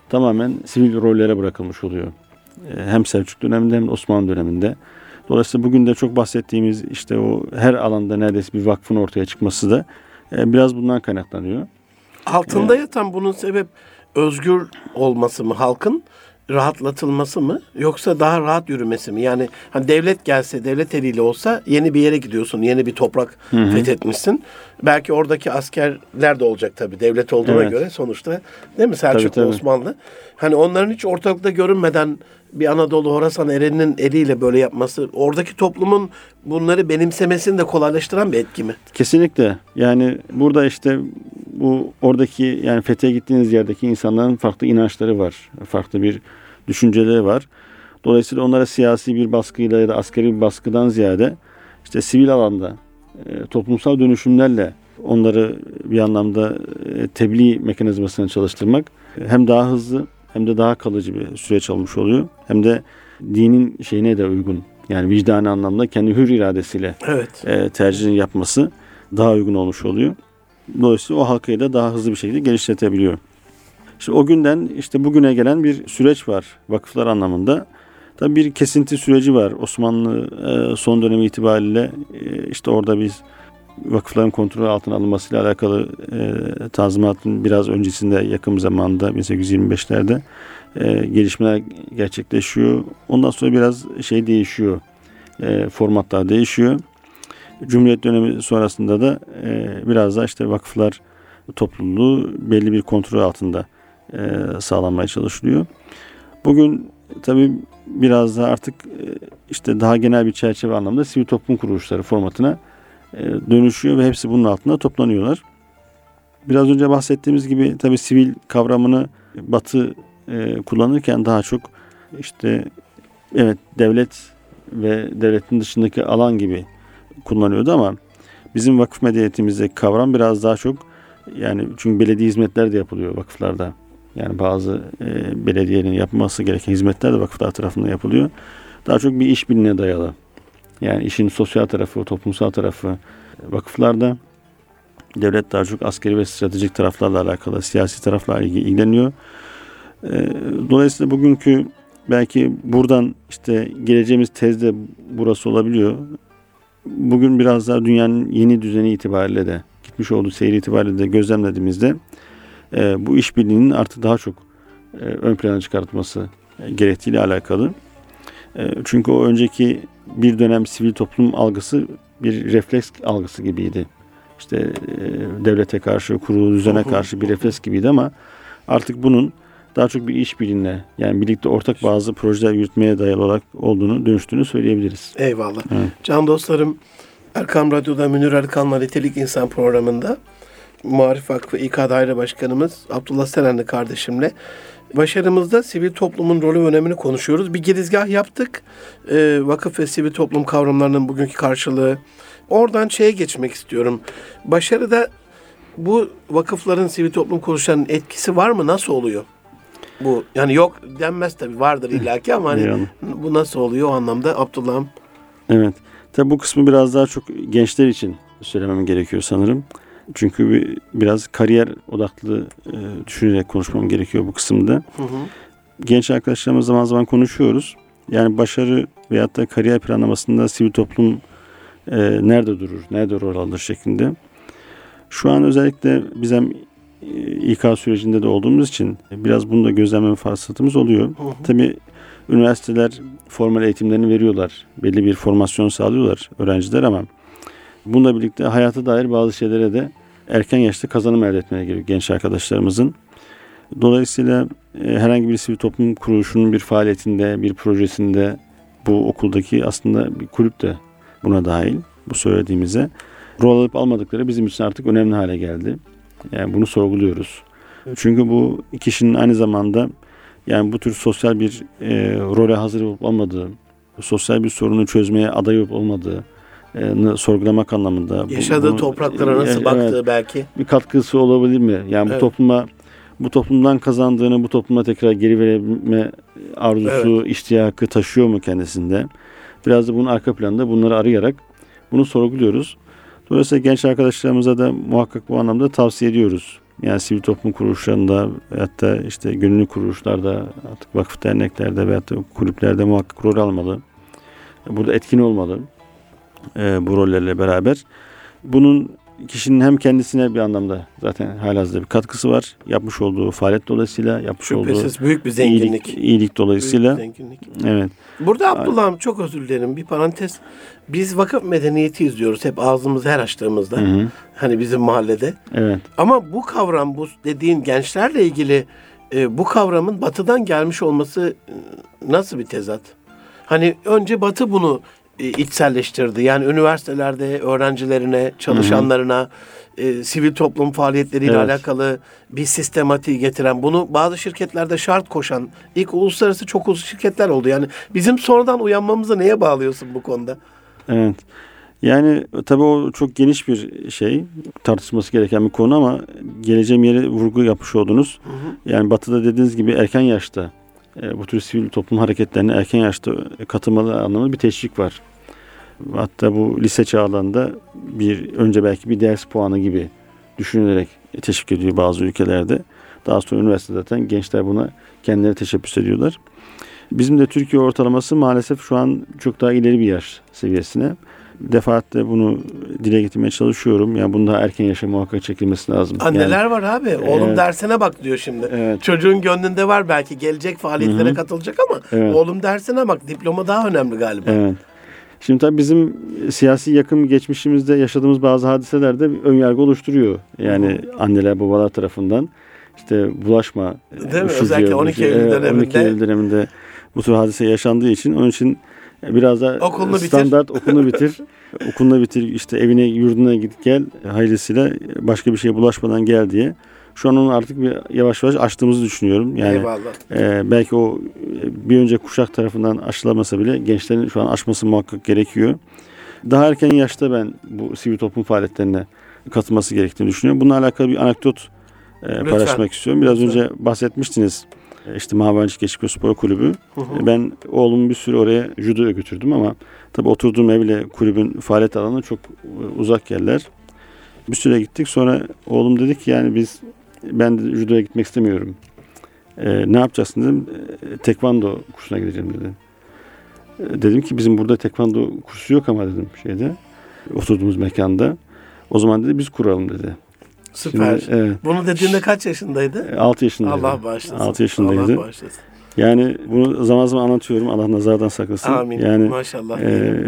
tamamen sivil rollere bırakılmış oluyor. Hem Selçuk döneminde hem de Osmanlı döneminde. Dolayısıyla bugün de çok bahsettiğimiz işte o her alanda neredeyse bir vakfın ortaya çıkması da biraz bundan kaynaklanıyor. Altında yatan bunun sebep özgür olması mı, halkın rahatlatılması mı, yoksa daha rahat yürümesi mi? Yani hani devlet gelse, devlet eliyle olsa yeni bir yere gidiyorsun, yeni bir toprak fethetmişsin. Belki oradaki askerler de olacak tabii, devlet olduğuna göre sonuçta, değil mi, Selçuklu, Tabii. Osmanlı? Hani onların hiç ortalıkta görünmeden bir Anadolu Horasan ereninin eliyle böyle yapması, oradaki toplumun bunları benimsemesini de kolaylaştıran bir etki mi? Kesinlikle. Yani burada işte bu oradaki yani fethe gittiğiniz yerdeki insanların farklı inançları var. Farklı bir düşünceleri var. Dolayısıyla onlara siyasi bir baskıyla ya da askeri bir baskıdan ziyade işte sivil alanda toplumsal dönüşümlerle onları bir anlamda tebliğ mekanizmasını çalıştırmak hem daha hızlı hem de daha kalıcı bir süreç olmuş oluyor. Hem de dinin şeyine de uygun. Yani vicdani anlamda kendi hür iradesiyle tercihini yapması daha uygun olmuş oluyor. Dolayısıyla o halkayı da daha hızlı bir şekilde geliştirebiliyor. İşte o günden işte bugüne gelen bir süreç var vakıflar anlamında. Tabii bir kesinti süreci var. Osmanlı son dönemi itibariyle işte orada biz vakıfların kontrolü altına alınmasıyla alakalı Tanzimat'ın biraz öncesinde, yakın zamanda 1825'lerde gelişmeler gerçekleşiyor. Ondan sonra biraz şey değişiyor. Formatlar değişiyor. Cumhuriyet dönemi sonrasında da biraz da işte vakıflar topluluğu belli bir kontrol altında sağlanmaya çalışılıyor. Bugün tabii biraz da artık işte daha genel bir çerçeve anlamda sivil toplum kuruluşları formatına dönüşüyor ve hepsi bunun altında toplanıyorlar. Biraz önce bahsettiğimiz gibi tabii sivil kavramını Batı kullanırken daha çok işte evet devlet ve devletin dışındaki alan gibi kullanıyordu ama bizim vakıf medeniyetimizdeki kavram biraz daha çok, yani çünkü belediye hizmetleri de yapılıyor vakıflarda. Yani bazı belediyenin yapması gereken hizmetler de vakıflar tarafından yapılıyor. Daha çok bir işbirliğine dayalı. Yani işin sosyal tarafı, toplumsal tarafı vakıflarda. Devlet daha çok askeri ve stratejik taraflarla alakalı, siyasi taraflarla ilgileniyor. Dolayısıyla bugünkü belki buradan işte geleceğimiz tezde burası olabiliyor. Bugün biraz daha dünyanın yeni düzeni itibariyle de, gitmiş olduğu seyir itibariyle de gözlemlediğimizde bu işbirliğinin artık daha çok ön plana çıkartması gerektiğiyle alakalı. Çünkü o önceki bir dönem sivil toplum algısı bir refleks algısı gibiydi. İşte devlete karşı, kurulu düzene karşı bir refleks gibiydi ama artık bunun daha çok bir işbirliğine, yani birlikte ortak bazı projeler yürütmeye dayalı olarak dönüştüğünü söyleyebiliriz. Eyvallah. Evet. Can dostlarım, Erkam Radyo'da Münir Arıkan'la Nitelik İnsan programında Maarif Vakfı İK Daire Başkanımız Abdullah Serenli kardeşimle başarımızda sivil toplumun rolü ve önemini konuşuyoruz. Bir girizgah yaptık. Vakıf ve sivil toplum kavramlarının bugünkü karşılığı. Oradan şeye geçmek istiyorum. Başarıda bu vakıfların, sivil toplum kuruluşlarının etkisi var mı? Nasıl oluyor? Bu yani yok denmez tabii, vardır illaki ama hani bu nasıl oluyor o anlamda Abdullah'ım? Evet. Tabii bu kısmı biraz daha çok gençler için söylemem gerekiyor sanırım. Çünkü biraz kariyer odaklı düşünerek konuşmam gerekiyor bu kısımda. Hı hı. Genç arkadaşlarımız zaman zaman konuşuyoruz. Yani başarı veyahut da kariyer planlamasında sivil toplum nerede durur, nerede rol alır şeklinde. Şu an özellikle biz hem İK sürecinde de olduğumuz için biraz bunu da gözlemleme fırsatımız oluyor. Hı hı. Tabii üniversiteler formal eğitimlerini veriyorlar. Belli bir formasyon sağlıyorlar öğrenciler ama bununla birlikte hayata dair bazı şeylere de erken yaşta kazanım elde etmeye gerekiyor genç arkadaşlarımızın. Dolayısıyla herhangi bir sivil toplum kuruluşunun bir faaliyetinde, bir projesinde, bu okuldaki aslında bir kulüp de buna dahil, bu söylediğimize rol alıp almadıkları bizim için artık önemli hale geldi. Yani bunu sorguluyoruz. Çünkü bu kişinin aynı zamanda yani bu tür sosyal bir role hazır olup olmadığı, sosyal bir sorunu çözmeye aday olup olmadığı sorgulamak anlamında. Yaşadığı topraklara nasıl baktığı belki. Bir katkısı olabilir mi? Yani bu toplumdan kazandığını bu topluma tekrar geri verebilme arzusu, iştiyakı taşıyor mu kendisinde? Biraz da bunun arka planında bunları arayarak bunu sorguluyoruz. Dolayısıyla genç arkadaşlarımıza da muhakkak bu anlamda tavsiye ediyoruz. Yani sivil toplum kuruluşlarında hatta işte gönüllü kuruluşlarda, artık vakıf derneklerde veyahut da kulüplerde muhakkak rol almalı. Burada etkin olmalı bu rollerle beraber. Bunun kişinin hem kendisine bir anlamda zaten halihazırda bir katkısı var. Yapmış olduğu faaliyet dolayısıyla, yapmış Şüphesiz olduğu büyük bir zenginlik. iyilik dolayısıyla. Büyük bir zenginlik. Evet. Burada Abdullah'ım çok özür dilerim. Bir parantez. Biz vakıf medeniyeti izliyoruz hep ağzımızı her açtığımızda. Hı hı. Hani bizim mahallede. Evet. Ama bu kavram, bu dediğin gençlerle ilgili bu kavramın Batı'dan gelmiş olması nasıl bir tezat? Hani önce Batı bunu içselleştirdi. Yani üniversitelerde öğrencilerine, çalışanlarına, sivil toplum faaliyetleriyle Evet. alakalı bir sistematiği getiren, bunu bazı şirketlerde şart koşan ilk uluslararası çok uluslu şirketler oldu. Yani bizim sonradan uyanmamızı neye bağlıyorsun bu konuda? Evet. Yani tabii o çok geniş bir şey, tartışması gereken bir konu ama geleceğim yere vurgu yapmış oldunuz. Hı hı. Yani Batı'da dediğiniz gibi erken yaşta bu tür sivil toplum hareketlerine erken yaşta katılmalı anlamında bir teşvik var. Hatta bu lise çağlarında önce belki bir ders puanı gibi düşünülerek teşvik ediyor bazı ülkelerde. Daha sonra üniversitede zaten gençler buna kendileri teşebbüs ediyorlar. Bizim de Türkiye ortalaması maalesef şu an çok daha ileri bir yaş seviyesine. Defaatle bunu dile getirmeye çalışıyorum. Yani bunun daha erken yaşa muhakkak çekilmesi lazım. Anneler var abi. Oğlum Evet. dersine bak diyor şimdi. Evet. Çocuğun gönlünde var belki gelecek faaliyetlere Hı hı. katılacak ama Evet. oğlum dersine bak. Diploma daha önemli galiba. Evet. Şimdi tabii bizim siyasi yakın geçmişimizde yaşadığımız bazı hadiseler de ön yargı oluşturuyor. Yani anneler babalar tarafından işte bulaşma. Değil mi? Özellikle 12 Eylül döneminde. 12 Eylül döneminde bu tür hadise yaşandığı için onun için biraz da Okulunu standart okulunu bitir. Okulunu bitir işte evine yurduna git gel hayırlısıyla başka bir şeye bulaşmadan gel diye. Şu an onu artık yavaş yavaş aştığımızı düşünüyorum. Yani Eyvallah. belki o bir önce kuşak tarafından aşılamasa bile gençlerin şu an aşması muhakkak gerekiyor. Daha erken yaşta ben bu sivil toplum faaliyetlerine katılması gerektiğini düşünüyorum. Bununla alakalı bir anekdot paylaşmak istiyorum. Biraz önce bahsetmiştiniz. İşte Mahancı Gençlik Spor Kulübü. Hı hı. Ben oğlumu bir süre oraya judoya götürdüm ama tabii oturduğum evle kulübün faaliyet alanı çok uzak yerler. Bir süre gittik. Sonra oğlum dedi ki yani ben de judoya gitmek istemiyorum. Ne yapacaksın dedim. Tekvando kursuna gideceğim dedi. Dedim ki bizim burada tekvando kursu yok ama dedim oturduğumuz mekanda. O zaman dedi biz kuralım dedi. Süper. Şimdi, evet. Bunu dediğinde kaç yaşındaydı? 6 yaşındaydı. Allah bağışlasın. 6 yaşındaydı. Allah bağışlasın. Yani bunu zaman zaman anlatıyorum. Allah nazardan saklasın. Amin. Yani Maşallah.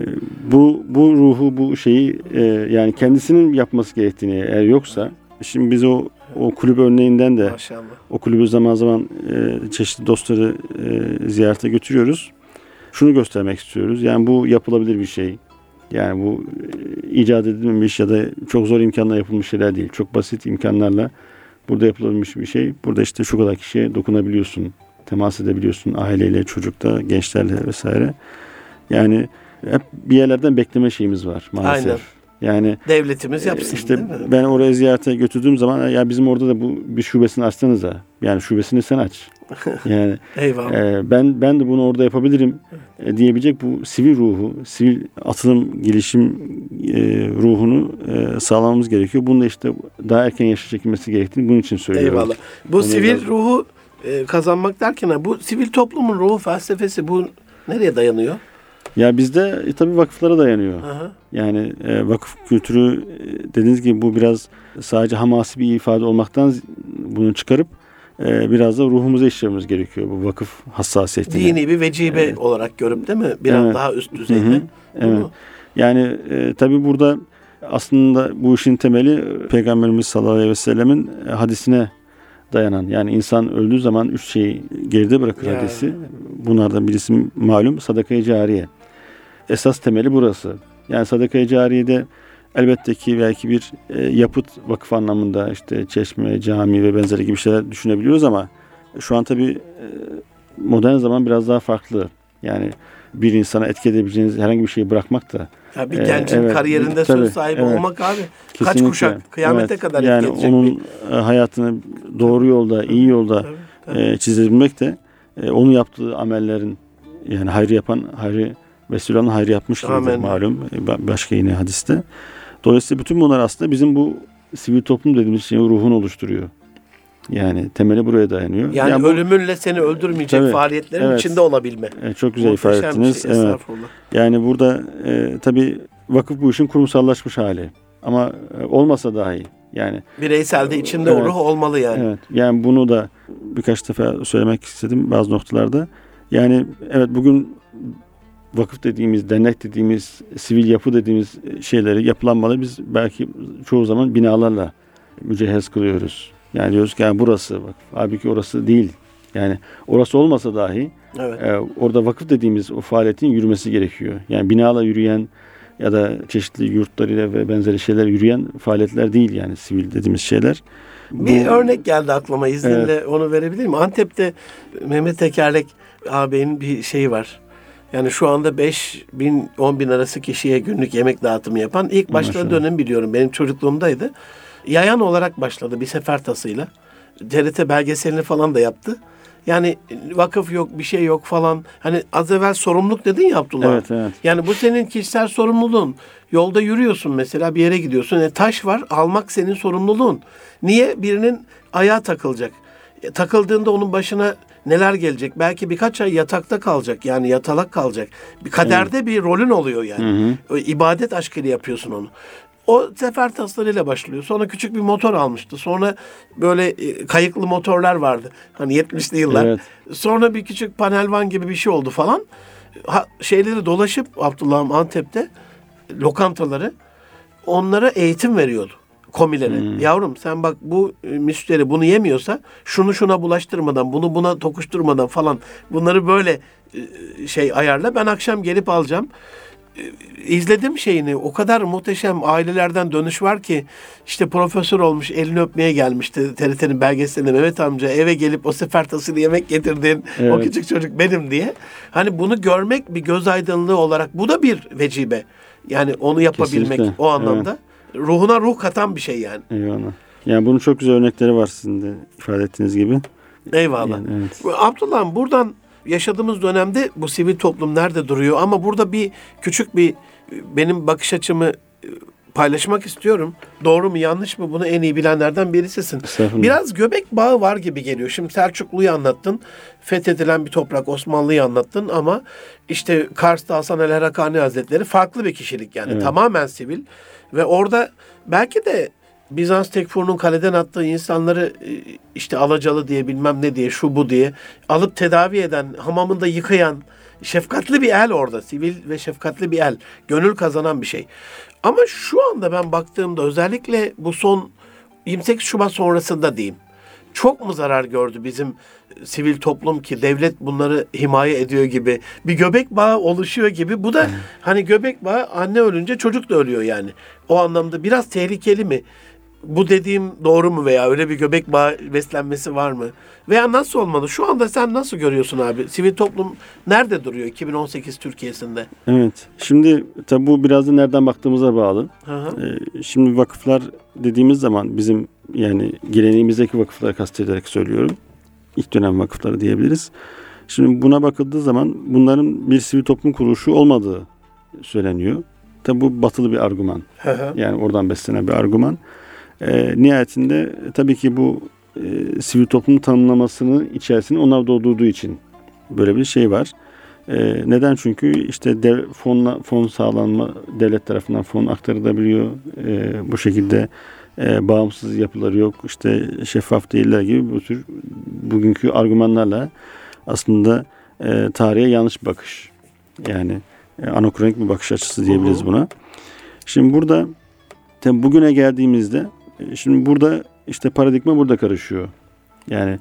bu ruhu bu şeyi yani kendisinin yapması gerektiğini eğer yoksa şimdi biz o kulüp örneğinden de Maşallah. o kulübü zaman zaman çeşitli dostları ziyarete götürüyoruz. Şunu göstermek istiyoruz. Yani bu yapılabilir bir şey. Yani bu icat edilmemiş ya da çok zor imkanla yapılmış şeyler değil. Çok basit imkanlarla burada yapılabilmiş bir şey. Burada işte şu kadar kişiye dokunabiliyorsun. Temas edebiliyorsun aileyle, çocukla, gençlerle vesaire. Yani hep bir yerlerden bekleme şeyimiz var maalesef. Aynen. Yani Devletimiz yapsın işte değil mi? ben oraya ziyarete götürdüğüm zaman ya bizim orada da bu bir şubesini açsanıza. Yani şubesini sen aç. Yani Eyvallah. ben de bunu orada yapabilirim diyebilecek bu sivil ruhu, sivil atılım, gelişim ruhunu sağlamamız gerekiyor. Bunu da işte daha erken yaşa çekilmesi gerektiğini bunun için söylüyorum. Eyvallah. Bu sivil ruhu kazanmak derken bu sivil toplumun ruhu felsefesi bu nereye dayanıyor? Ya bizde tabii vakıflara dayanıyor. Aha. Yani vakıf kültürü dediğiniz gibi bu biraz sadece hamasi bir ifade olmaktan bunu çıkarıp biraz da ruhumuza işlememiz gerekiyor bu vakıf hassasiyetini. Dini bir vecibe olarak görüp değil mi? Biraz Evet. daha üst düzeyde. Hı hı. Evet. Yani tabii burada aslında bu işin temeli Peygamberimiz sallallahu aleyhi ve sellemin hadisine dayanan. Yani insan öldüğü zaman 3 şeyi geride bırakır Ya. hadisi. Bunlardan birisi malum sadaka-i cariye. Esas temeli burası. Yani sadaka-i cariyede elbette ki belki bir yapıt vakıf anlamında işte çeşme, cami ve benzeri gibi şeyler düşünebiliyoruz ama şu an tabii modern zaman biraz daha farklı. Yani bir insana etki edebileceğiniz herhangi bir şeyi bırakmak da Ya bir gencin kariyerinde tabii, söz sahibi olmak abi kaç kesinlikle. kuşak kıyamete kadar yani etki edecek onun hayatını doğru yolda, iyi yolda çizebilmek de onun yaptığı amellerin yani hayrı yapan hayrı vesile olan hayrı yapmış gibidir malum. Başka yine hadiste. Dolayısıyla bütün bunlar aslında bizim bu sivil toplum dediğimiz şeyin ruhunu oluşturuyor. Yani temeli buraya dayanıyor. Yani ölümünle seni öldürmeyecek tabii, faaliyetlerin içinde olabilme. Çok güzel ifade ettiniz. Şey, evet. Yani burada tabii vakıf bu işin kurumsallaşmış hali. Ama olmasa dahi yani bireysel de içinde o ruh olmalı yani. Evet. Yani bunu da birkaç defa söylemek istedim bazı noktalarda. Yani evet, bugün vakıf dediğimiz, dernek dediğimiz, sivil yapı dediğimiz şeyleri, yapılanmaları biz belki çoğu zaman binalarla mücehhez kılıyoruz. Yani diyoruz ki yani burası vakıf. Halbuki orası değil. Yani orası olmasa dahi orada vakıf dediğimiz o faaliyetin yürümesi gerekiyor. Yani binayla yürüyen ya da çeşitli yurtlarıyla ve benzeri şeyler yürüyen faaliyetler değil yani sivil dediğimiz şeyler. Bir örnek geldi aklıma, izninle onu verebilir miyim? Antep'te Mehmet Tekerlek ağabeyin bir şeyi var. Yani şu anda 5.000-10.000 arası kişiye günlük yemek dağıtımı yapan, ilk başladığı dönem biliyorum, benim çocukluğumdaydı. Yayan olarak başladı bir sefertasıyla. TRT belgeselini falan da yaptı. Yani vakıf yok, bir şey yok falan. Hani az evvel sorumluluk dedin ya Abdullah. Evet. Yani bu senin kişisel sorumluluğun. Yolda yürüyorsun mesela, bir yere gidiyorsun. Taş var, almak senin sorumluluğun. Niye? Birinin ayağı takılacak. Takıldığında onun başına neler gelecek? Belki birkaç ay yatakta kalacak. Yani yatalak kalacak. Bir kaderde bir rolün oluyor yani. İbadet aşkıyla yapıyorsun onu. O sefer taslarıyla başlıyor. Sonra küçük bir motor almıştı. Sonra böyle kayıklı motorlar vardı. Hani 70'li yıllar. Evet. Sonra bir küçük panel van gibi bir şey oldu falan. Şeyleri dolaşıp Abdullah'ım Antep'te lokantaları, onlara eğitim veriyordu. Komilere. Yavrum sen bak, bu müşteri bunu yemiyorsa şunu şuna bulaştırmadan, bunu buna tokuşturmadan falan, bunları böyle ayarla. Ben akşam gelip alacağım. İzledim şeyini. O kadar muhteşem ailelerden dönüş var ki, işte profesör olmuş, elini öpmeye gelmişti TRT'nin belgeselinde, Mehmet amca eve gelip o sefertasıyla yemek getirdin. Evet. O küçük çocuk benim diye. Hani bunu görmek bir göz aydınlığı olarak, bu da bir vecibe. Yani onu yapabilmek. Kesinlikle. O anlamda. Evet. Ruhuna ruh katan bir şey yani. Eyvallah. Yani bunun çok güzel örnekleri var sizin de ifade ettiğiniz gibi. Eyvallah. Yani, evet. Abdullah'ım, buradan yaşadığımız dönemde bu sivil toplum nerede duruyor? Ama burada küçük bir benim bakış açımı paylaşmak istiyorum. Doğru mu yanlış mı, bunu en iyi bilenlerden birisisin. Biraz göbek bağı var gibi geliyor. Şimdi Selçuklu'yu anlattın. Fethedilen bir toprak, Osmanlı'yı anlattın ama işte Kars'ta Hasan el Harakani Hazretleri farklı bir kişilik yani. Evet. Tamamen sivil. Ve orada belki de Bizans Tekfur'un kaleden attığı insanları işte Alacalı diye, bilmem ne diye, şu bu diye alıp tedavi eden, hamamında yıkayan şefkatli bir el orada. Sivil ve şefkatli bir el. Gönül kazanan bir şey. Ama şu anda ben baktığımda, özellikle bu son 28 Şubat sonrasında diyeyim, çok mu zarar gördü bizim sivil toplum ki devlet bunları himaye ediyor gibi, bir göbek bağı oluşuyor gibi. Bu da hani göbek bağı, anne ölünce çocuk da ölüyor yani. O anlamda biraz tehlikeli mi? Bu dediğim doğru mu, veya öyle bir göbek bağı beslenmesi var mı? Veya nasıl olmalı? Şu anda sen nasıl görüyorsun abi? Sivil toplum nerede duruyor 2018 Türkiye'sinde? Evet. Şimdi tabii bu biraz da nereden baktığımıza bağlı. Şimdi vakıflar dediğimiz zaman bizim yani geleneğimizdeki vakıfları kastederek söylüyorum. İlk dönem vakıfları diyebiliriz. Şimdi buna bakıldığı zaman bunların bir sivil toplum kuruluşu olmadığı söyleniyor. Tabii bu batılı bir argüman. Yani oradan beslenen bir argüman. Nihayetinde tabii ki bu sivil toplumun tanımlamasını içerisinde onlar doldurduğu için böyle bir şey var. Neden? Çünkü işte fon sağlanma, devlet tarafından fon aktarılabiliyor. Bu şekilde bağımsız yapıları yok, işte şeffaf değiller gibi bu tür bugünkü argümanlarla aslında tarihe yanlış bir bakış. Yani anakronik bir bakış açısı diyebiliriz buna. Şimdi burada tabii bugüne geldiğimizde, şimdi burada işte paradigma burada karışıyor. Yani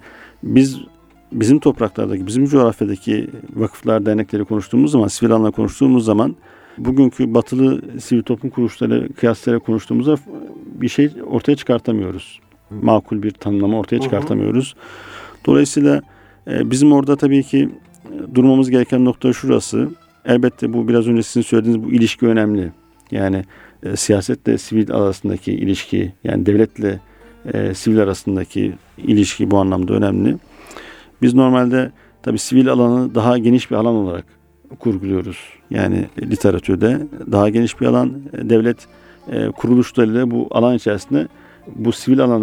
bizim topraklardaki, bizim coğrafyadaki vakıflar, dernekleri konuştuğumuz zaman, sivil alanla konuştuğumuz zaman bugünkü batılı sivil toplum kuruluşları kıyaslara konuştuğumuzda bir şey ortaya çıkartamıyoruz. Makul bir tanımlama ortaya çıkartamıyoruz. Dolayısıyla bizim orada tabii ki durmamız gereken nokta şurası. Elbette bu biraz önce sizin söylediğiniz bu ilişki önemli. Yani siyasetle sivil arasındaki ilişki, yani devletle sivil arasındaki ilişki bu anlamda önemli. Biz normalde tabii sivil alanı daha geniş bir alan olarak kurguluyoruz. Yani literatürde daha geniş bir alan, devlet kuruluşlarıyla bu alan içerisinde bu sivil alana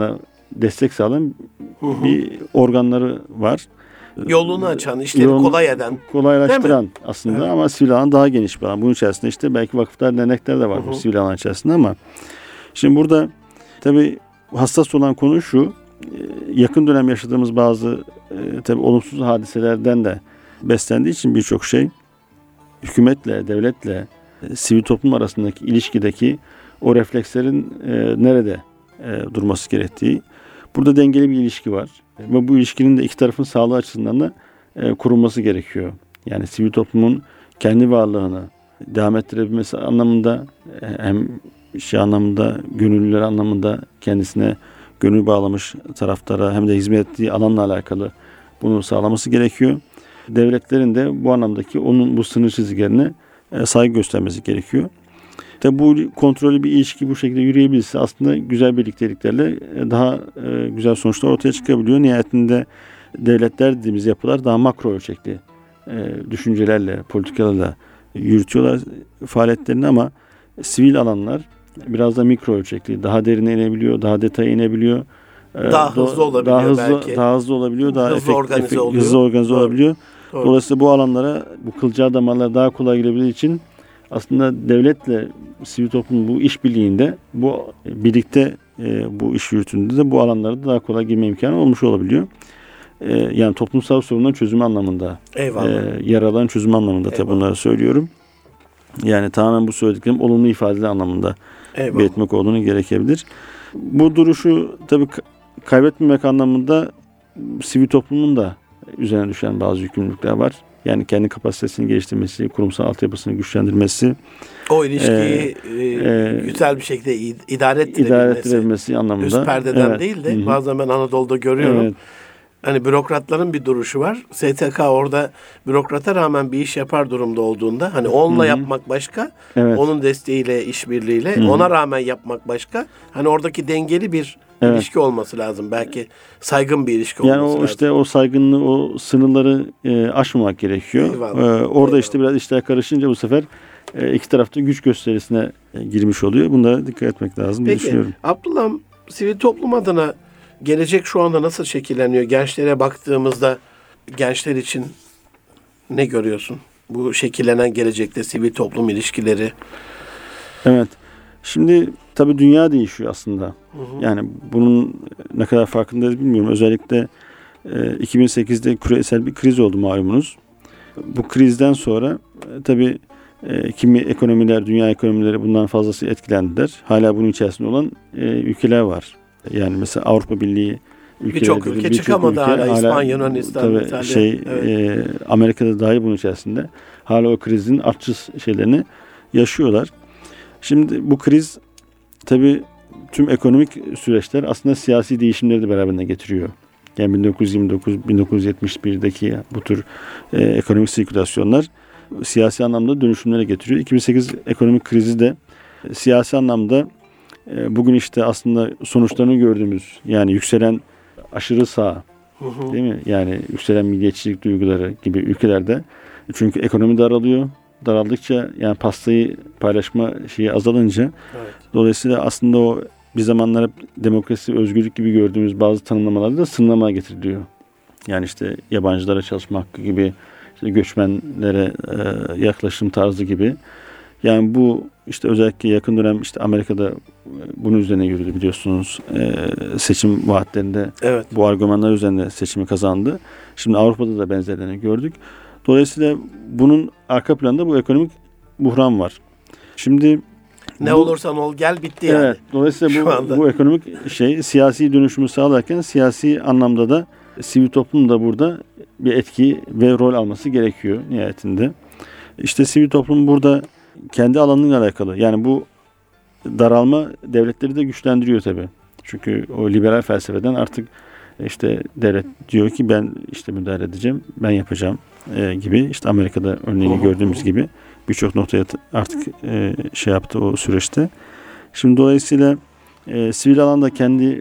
destek sağlayan Hı hı. bir organları var. Yolunu açan, işleri Yolunu kolay eden. kolaylaştıran aslında Evet. ama sivil alan daha geniş bir alan. Bunun içerisinde işte belki vakıflar, dernekler de var Hı bu hı. sivil alan içerisinde ama şimdi burada tabii hassas olan konu şu. Yakın dönem yaşadığımız bazı tabii olumsuz hadiselerden de beslendiği için birçok şey hükümetle, devletle, sivil toplum arasındaki ilişkideki o reflekslerin nerede durması gerektiği. Burada dengeli bir ilişki var. Ve bu ilişkinin de iki tarafın sağlığı açısından da kurulması gerekiyor. Yani sivil toplumun kendi varlığını devam ettirebilmesi anlamında hem şey anlamında, gönüllüler anlamında kendisine gönül bağlamış taraftara hem de hizmet ettiği alanla alakalı bunu sağlaması gerekiyor. Devletlerin de bu anlamdaki onun bu sınır çizgilerine saygı göstermesi gerekiyor. Tabi bu kontrollü bir ilişki bu şekilde yürüyebilirse aslında güzel birlikteliklerle daha güzel sonuçlar ortaya çıkabiliyor. Nihayetinde devletler dediğimiz yapılar daha makro ölçekli düşüncelerle, politikalarla yürütüyorlar faaliyetlerini ama sivil alanlar biraz da mikro ölçekli, daha derine inebiliyor, daha detaya inebiliyor. Daha hızlı olabiliyor belki. Daha hızlı olabiliyor, daha Hızlı organize oluyor. hızlı organize Doğru. olabiliyor. Doğru. Dolayısıyla bu alanlara, bu kılcal damarlara daha kolay girebildiği için aslında devletle sivil toplum bu işbirliğinde, bu birlikte bu iş yürütüldüğünde de bu alanlara da daha kolay girme imkanı olmuş olabiliyor. Yani toplumsal sorunların çözümü anlamında, yaraların çözümü anlamında tabii bunları söylüyorum. Yani tamamen bu söylediklerim olumlu ifadeler anlamında belirtmek olduğunu gerekebilir. Bu duruşu tabii kaybetmemek anlamında sivil toplumun da üzerine düşen bazı yükümlülükler var. Yani kendi kapasitesini geliştirmesi, kurumsal altyapısını güçlendirmesi, o ilişkiyi güzel bir şekilde idare ettirebilmesi anlamında. Üst perdeden değil de Hı-hı. bazen ben Anadolu'da görüyorum. Evet. Hani bürokratların bir duruşu var. STK orada bürokrata rağmen bir iş yapar durumda olduğunda hani onunla Hı-hı. yapmak başka, Evet. onun desteğiyle, işbirliğiyle Hı-hı. ona rağmen yapmak başka. Hani oradaki dengeli bir ilişki olması lazım. Belki saygın bir ilişki olması lazım. Yani o işte o saygınlığı, o sınırları aşmamak gerekiyor. Orada işte biraz işler karışınca bu sefer iki tarafta güç gösterisine girmiş oluyor. Bunlara dikkat etmek lazım diye düşünüyorum. Peki Abdullah, sivil toplum adına gelecek şu anda nasıl şekilleniyor? Gençlere baktığımızda gençler için ne görüyorsun? Bu şekillenen gelecekte sivil toplum ilişkileri. Evet. Şimdi tabii dünya değişiyor aslında. Hı hı. Yani bunun ne kadar farkındayız bilmiyorum. Özellikle 2008'de küresel bir kriz oldu malumunuz. Bu krizden sonra tabii kimi ekonomiler, dünya ekonomileri bundan fazlası etkilendiler. Hala bunun içerisinde olan ülkeler var. Yani mesela Avrupa Birliği ülkeleri, Birçok ülke çıkamadı hala. İspanya, Yunanistan, tabii İtalya. Amerika'da dahil bunun içerisinde. Hala o krizin artçı şeylerini yaşıyorlar. Şimdi bu kriz tabii tüm ekonomik süreçler aslında siyasi değişimleri de beraberinde getiriyor. Yani 1929-1971'deki bu tür ekonomik sirkülasyonlar siyasi anlamda dönüşümlere getiriyor. 2008 ekonomik krizi de siyasi anlamda bugün işte aslında sonuçlarını gördüğümüz yani yükselen aşırı sağ, değil mi? Yani yükselen milliyetçilik duyguları gibi ülkelerde çünkü ekonomi daralıyor. Daraldıkça yani pastayı paylaşma şeyi azalınca dolayısıyla aslında o bir zamanlar hep demokrasi, özgürlük gibi gördüğümüz bazı tanımlamalarda da sınırlamaya getiriliyor. Yani işte yabancılara çalışma hakkı gibi, işte göçmenlere yaklaşım tarzı gibi. Yani bu işte özellikle yakın dönem işte Amerika'da bunun üzerine yürüdü biliyorsunuz. Seçim vaatlerinde bu argümanlar üzerine seçimi kazandı. Şimdi Avrupa'da da benzerlerini gördük. Dolayısıyla bunun arka planında bu ekonomik buhran var. Şimdi ne olursan ol gel bitti yani. Evet. Dolayısıyla bu ekonomik siyasi dönüşümü sağlarken siyasi anlamda da sivil toplum da burada bir etki ve rol alması gerekiyor nihayetinde. İşte sivil toplum burada kendi alanıyla alakalı. Yani bu daralma devletleri de güçlendiriyor tabii. Çünkü o liberal felsefeden artık işte devlet diyor ki ben işte müdahale edeceğim, ben yapacağım gibi. İşte Amerika'da örneğini gördüğümüz gibi birçok noktaya artık şey yaptı o süreçte. Şimdi dolayısıyla sivil alanda kendi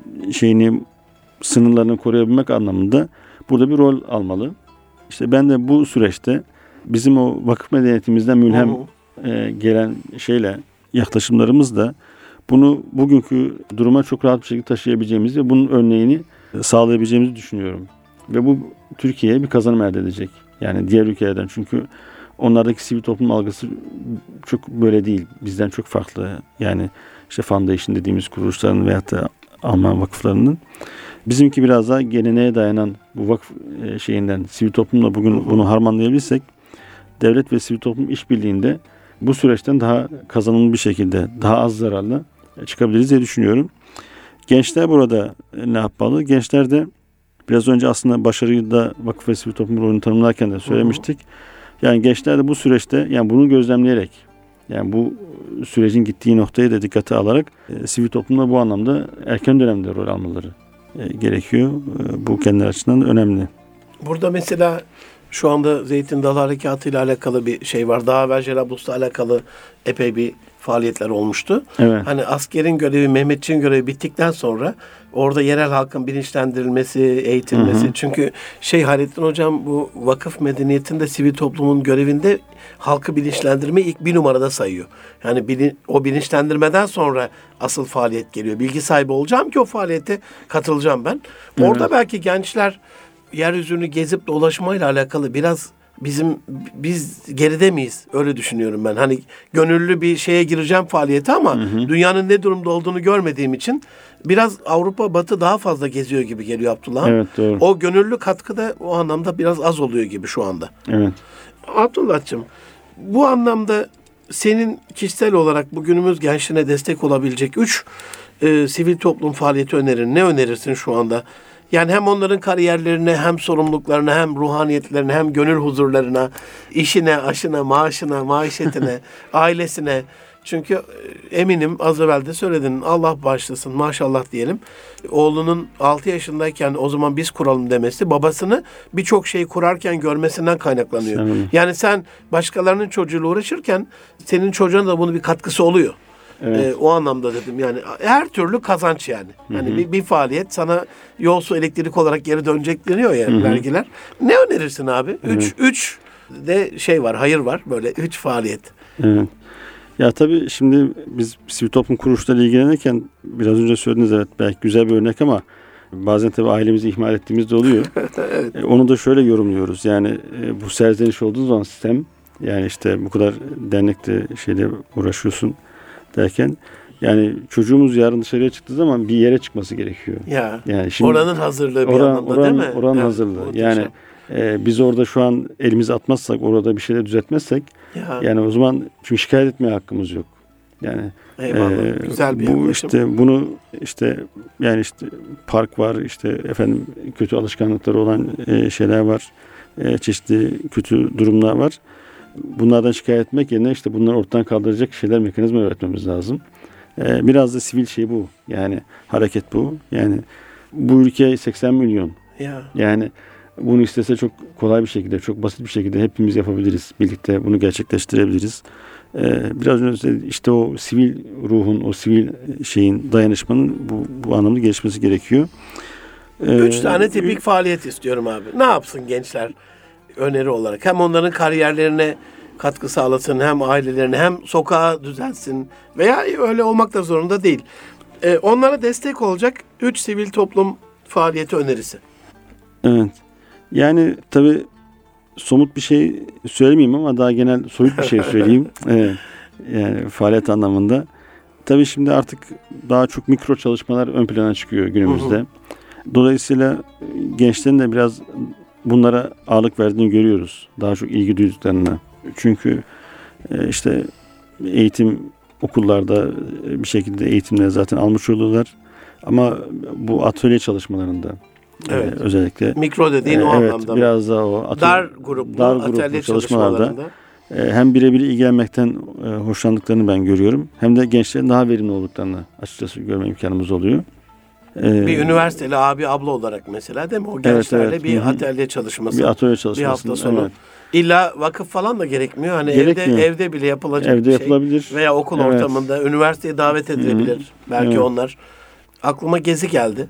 sınırlarını koruyabilmek anlamında burada bir rol almalı. İşte ben de bu süreçte bizim o vakıf medeniyetimizden mülhem gelen yaklaşımlarımız da bunu bugünkü duruma çok rahat bir şekilde taşıyabileceğimizi ve bunun örneğini sağlayabileceğimizi düşünüyorum. Ve bu Türkiye'ye bir kazanım elde edecek. Yani diğer ülkelerden, çünkü onlardaki sivil toplum algısı çok böyle değil. Bizden çok farklı. Yani işte foundation dediğimiz kuruluşların veyahut da Alman vakıflarının. Bizimki biraz daha geleneğe dayanan bu vakıf şeyinden, sivil toplumla bugün bunu harmanlayabilirsek, devlet ve sivil toplum işbirliğinde bu süreçten daha kazanımlı bir şekilde, daha az zararlı çıkabiliriz diye düşünüyorum. Gençler burada ne yapmalı? Gençler de biraz önce aslında başarıyı da vakıf ve sivil toplum rolünü tanımlarken de söylemiştik. Yani gençler de bu süreçte, yani bunu gözlemleyerek, yani bu sürecin gittiği noktayı da dikkate alarak sivil toplumda bu anlamda erken dönemde rol almaları gerekiyor. Bu kendileri açısından önemli. Burada mesela şu anda Zeytin Dalı Harekatı ile alakalı bir şey var. Daha evvel Jelablus'la alakalı epey bir faaliyetler olmuştu. Evet. Hani askerin görevi, Mehmetçiğin görevi bittikten sonra orada yerel halkın bilinçlendirilmesi, eğitilmesi. Çünkü Hayrettin Hocam bu vakıf medeniyetinde sivil toplumun görevinde halkı bilinçlendirmeyi ilk bir numarada sayıyor. Yani o bilinçlendirmeden sonra asıl faaliyet geliyor. Bilgi sahibi olacağım ki o faaliyete katılacağım ben. Orada belki gençler yeryüzünü gezip dolaşmayla alakalı biraz biz geride miyiz? Öyle düşünüyorum ben. Hani gönüllü bir şeye gireceğim faaliyete ama dünyanın ne durumda olduğunu görmediğim için biraz Avrupa Batı daha fazla geziyor gibi geliyor Abdullah. Evet, doğru. O gönüllü katkı da o anlamda biraz az oluyor gibi şu anda. Evet. Abdullah'cığım, bu anlamda senin kişisel olarak bugünümüz gençliğine destek olabilecek 3 sivil toplum faaliyeti önerin. Ne önerirsin şu anda? Yani hem onların kariyerlerine, hem sorumluluklarına, hem ruhaniyetlerine, hem gönül huzurlarına, işine, aşına, maaşına, maişetine, ailesine. Çünkü eminim az evvel de söyledin, Allah bağışlasın, maşallah diyelim. Oğlunun 6 yaşındayken o zaman biz kuralım demesi, babasını birçok şey kurarken görmesinden kaynaklanıyor. Sanırım. Yani sen başkalarının çocuğuyla uğraşırken senin çocuğun da bunun bir katkısı oluyor. Evet. O anlamda dedim, yani her türlü kazanç yani. Hani bir faaliyet sana yol su elektrik olarak geri dönecek deniyor ya, vergiler. Ne önerirsin abi? Üç de var, hayır var, böyle 3 faaliyet. Evet. Ya tabii şimdi biz sivil toplum kuruluşlarıyla ilgilenirken biraz önce söylediniz, evet, belki güzel bir örnek ama bazen tabii ailemizi ihmal ettiğimiz de oluyor. Evet. Onu da şöyle yorumluyoruz. Yani bu serzeniş olduğu zaman sistem, yani işte bu kadar dernekte şeyle uğraşıyorsun derken, yani çocuğumuz yarın dışarıya çıktığı zaman bir yere çıkması gerekiyor. Ya. Yani şimdi oranın hazırlığı bir anlamda değil mi? Oranın Evet, hazırlığı. muhteşem. Yani biz orada şu an elimizi atmazsak, orada bir şeyler düzeltmezsek, yani o zaman çünkü şikayet etmeye hakkımız yok. Yani eyvallah. Güzel bir bu yaklaşım. işte bunu işte yani işte park var, işte efendim kötü alışkanlıkları olan şeyler var. Çeşitli kötü durumlar var. Bunlardan şikayet etmek yerine işte bunları ortadan kaldıracak şeyler, mekanizma öğretmemiz lazım. Biraz da sivil şey bu. Yani hareket bu. Yani bu ülke 80 milyon. Ya. Yani bunu istese çok kolay bir şekilde, çok basit bir şekilde hepimiz yapabiliriz. Birlikte bunu gerçekleştirebiliriz. Biraz önce işte o sivil ruhun, o sivil şeyin, dayanışmanın bu anlamda gelişmesi gerekiyor. 3 tane tipik faaliyet istiyorum abi. Ne yapsın gençler öneri olarak? Hem onların kariyerlerine katkı sağlasın, hem ailelerine, hem sokağı düzelsin veya öyle olmak da zorunda değil. Onlara destek olacak 3 sivil toplum faaliyeti önerisi. Evet. Yani tabii somut bir şey söylemeyeyim ama daha genel soyut bir şey söyleyeyim. Evet. Yani faaliyet anlamında. Tabii şimdi artık daha çok mikro çalışmalar ön plana çıkıyor günümüzde. Dolayısıyla gençlerin de biraz bunlara ağırlık verdiğini görüyoruz. Daha çok ilgi duyduklarına. Çünkü işte eğitim okullarda bir şekilde eğitimleri zaten almış oluyorlar. Ama bu atölye çalışmalarında özellikle. Mikro dediğin o evet, anlamda. Biraz daha o dar gruplu atölye çalışmalarında. Hem birebir ilgilenmekten hoşlandıklarını ben görüyorum. Hem de gençlerin daha verimli olduklarını açıkçası görme imkanımız oluyor. Bir üniversiteli abi abla olarak mesela değil mi? O gençlerle bir atölye çalışması. Bir atölye çalışması. Bir hafta sonu. Evet. İlla vakıf falan da gerekmiyor. Hani Gerekmiyor. evde bile yapılacak evde bir şey. Yapılabilir. Veya okul ortamında üniversiteye davet edilebilir. Belki onlar. Aklıma gezi geldi.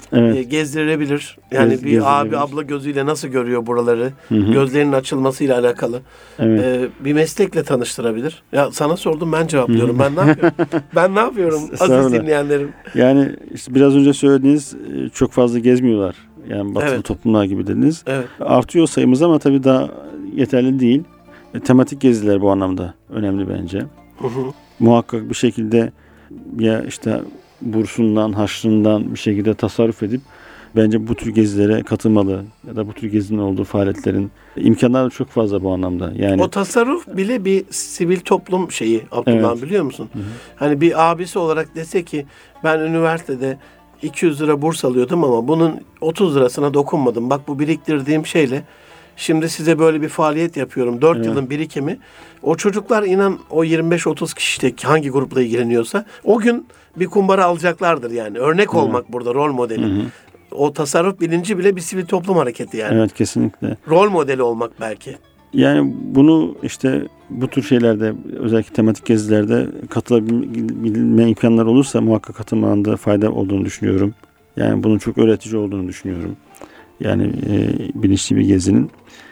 Evet. Gezdirebilir. Yani bir Gezdirebilir. abi abla gözüyle nasıl görüyor buraları? Hı hı. Gözlerinin açılmasıyla alakalı. Evet. Bir meslekle tanıştırabilir. Ya sana sordum, ben cevaplıyorum. Ben ne yapıyorum? Ben ne yapıyorum aziz Estağfurullah. dinleyenlerim? Yani işte biraz önce söylediğiniz çok fazla gezmiyorlar. Yani batılı Evet. toplumlar gibi dediniz. Evet. Artıyor sayımız ama tabii daha yeterli değil. Tematik geziler bu anlamda önemli bence. Hı hı. Muhakkak bir şekilde ya işte bursundan, harçlığından bir şekilde tasarruf edip bence bu tür gezilere katılmalı ya da bu tür gezinin olduğu faaliyetlerin imkanları çok fazla bu anlamda. Yani O tasarruf bile bir sivil toplum şeyi Abdullah, Evet. biliyor musun? Hı hı. Hani bir abisi olarak dese ki ben üniversitede 200 lira burs alıyordum ama bunun 30 lirasına dokunmadım. Bak, bu biriktirdiğim şeyle şimdi size böyle bir faaliyet yapıyorum. 4 Evet. yılın birikimi. O çocuklar, inan, o 25-30 kişi de hangi grupla ilgileniyorsa o gün bir kumbara alacaklardır yani. Örnek olmak burada, rol modeli. Hı hı. O tasarruf bilinci bile bir sivil toplum hareketi yani. Evet, kesinlikle. Rol modeli olmak belki. Yani bunu işte bu tür şeylerde, özellikle tematik gezilerde katılabilme imkanları olursa muhakkak katılmanda fayda olduğunu düşünüyorum. Yani bunun çok öğretici olduğunu düşünüyorum. Yani bilinçli bir gezinin.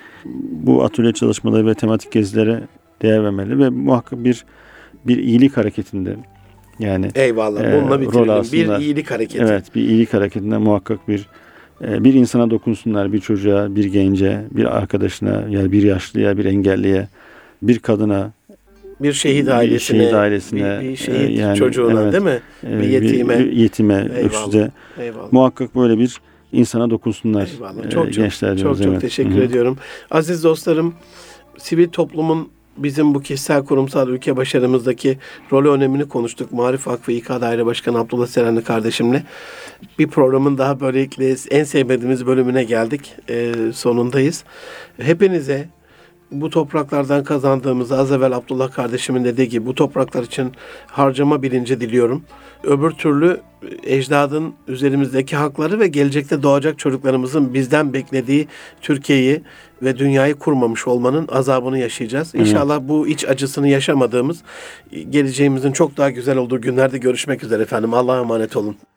Bu atölye çalışmaları ve tematik gezilere değer vermeli ve muhakkak bir iyilik hareketinde, yani Eyvallah. Bununla rol bitirelim. alsınlar. Bir iyilik hareketi. Evet, bir iyilik hareketinde muhakkak bir insana dokunsunlar, bir çocuğa, bir gence, bir arkadaşına, ya bir yaşlıya, bir engelliye, bir kadına, Bir şehit ailesine, şehit ailesine, bir şehit yani çocuğuna, evet, değil mi? Bir yetime. bir yetime, Eyvallah. öksüze Eyvallah. muhakkak böyle bir insana dokunsunlar. Eyvallah. Çok Gençler diyoruz, çok evet. teşekkür Hı hı. ediyorum. Aziz dostlarım, sivil toplumun bizim bu kişisel kurumsal ülke başarımızdaki rolü, önemini konuştuk. Marif Vakfı İK Daire Başkanı Abdullah Serenli kardeşimle. Bir programın daha böylelikle en sevmediğimiz bölümüne geldik. Sonundayız. Hepinize bu topraklardan kazandığımız, az evvel Abdullah kardeşimin dediği gibi, bu topraklar için harcama bilinci diliyorum. Öbür türlü ecdadın üzerimizdeki hakları ve gelecekte doğacak çocuklarımızın bizden beklediği Türkiye'yi ve dünyayı kurmamış olmanın azabını yaşayacağız. Evet. İnşallah bu iç acısını yaşamadığımız, geleceğimizin çok daha güzel olduğu günlerde görüşmek üzere efendim. Allah'a emanet olun.